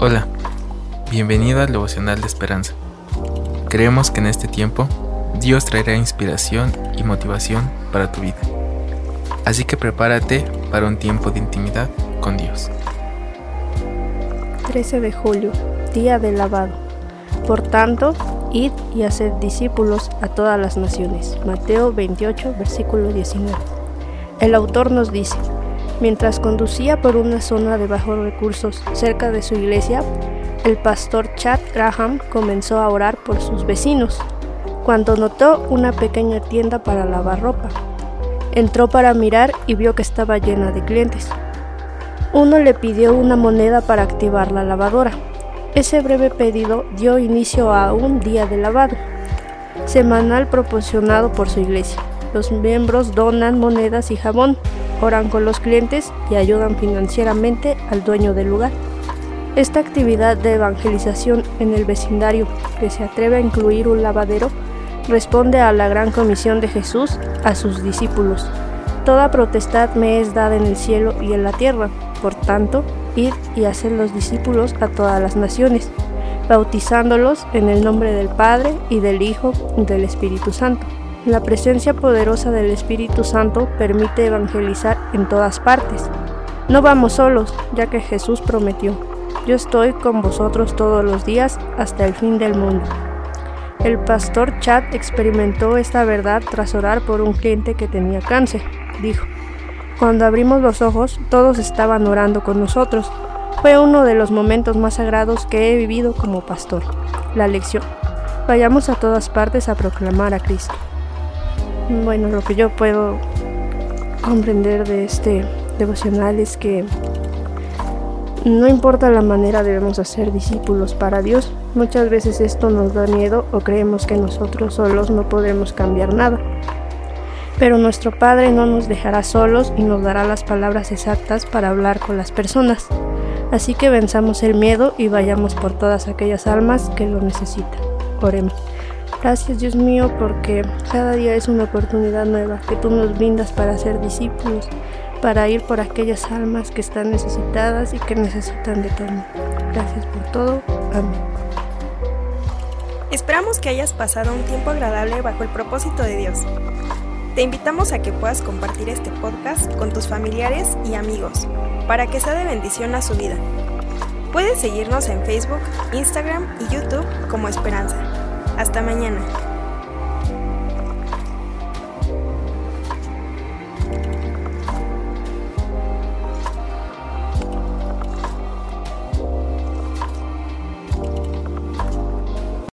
Hola, bienvenido al Devocional de Esperanza. Creemos que en este tiempo Dios traerá inspiración y motivación para tu vida. Así que prepárate para un tiempo de intimidad con Dios. 13 de julio, Día del Lavado. Por tanto, id y haced discípulos a todas las naciones. Mateo 28, versículo 19. El autor nos dice: mientras conducía por una zona de bajos recursos cerca de su iglesia, el pastor Chad Graham comenzó a orar por sus vecinos, cuando notó una pequeña tienda para lavar ropa. Entró para mirar y vio que estaba llena de clientes. Uno le pidió una moneda para activar la lavadora. Ese breve pedido dio inicio a un día de lavado semanal proporcionado por su iglesia. Los miembros donan monedas y jabón, oran con los clientes y ayudan financieramente al dueño del lugar. Esta actividad de evangelización en el vecindario, que se atreve a incluir un lavadero, responde a la gran comisión de Jesús a sus discípulos: toda potestad me es dada en el cielo y en la tierra. Por tanto, id y haced los discípulos a todas las naciones, bautizándolos en el nombre del Padre y del Hijo y del Espíritu Santo. La presencia poderosa del Espíritu Santo permite evangelizar en todas partes. No vamos solos, ya que Jesús prometió: yo estoy con vosotros todos los días hasta el fin del mundo. El pastor Chad experimentó esta verdad tras orar por un cliente que tenía cáncer. Dijo: cuando abrimos los ojos, todos estaban orando con nosotros. Fue uno de los momentos más sagrados que he vivido como pastor. La lección: vayamos a todas partes a proclamar a Cristo. Bueno, lo que yo puedo comprender de este devocional es que no importa la manera, debemos hacer discípulos para Dios. Muchas veces esto nos da miedo o creemos que nosotros solos no podemos cambiar nada. Pero nuestro Padre no nos dejará solos y nos dará las palabras exactas para hablar con las personas. Así que venzamos el miedo y vayamos por todas aquellas almas que lo necesitan. Oremos. Gracias, Dios mío, porque cada día es una oportunidad nueva que tú nos brindas para ser discípulos, para ir por aquellas almas que están necesitadas y que necesitan de ti. Gracias por todo. Amén. Esperamos que hayas pasado un tiempo agradable bajo el propósito de Dios. Te invitamos a que puedas compartir este podcast con tus familiares y amigos, para que sea de bendición a su vida. Puedes seguirnos en Facebook, Instagram y YouTube como Esperanza. Hasta mañana.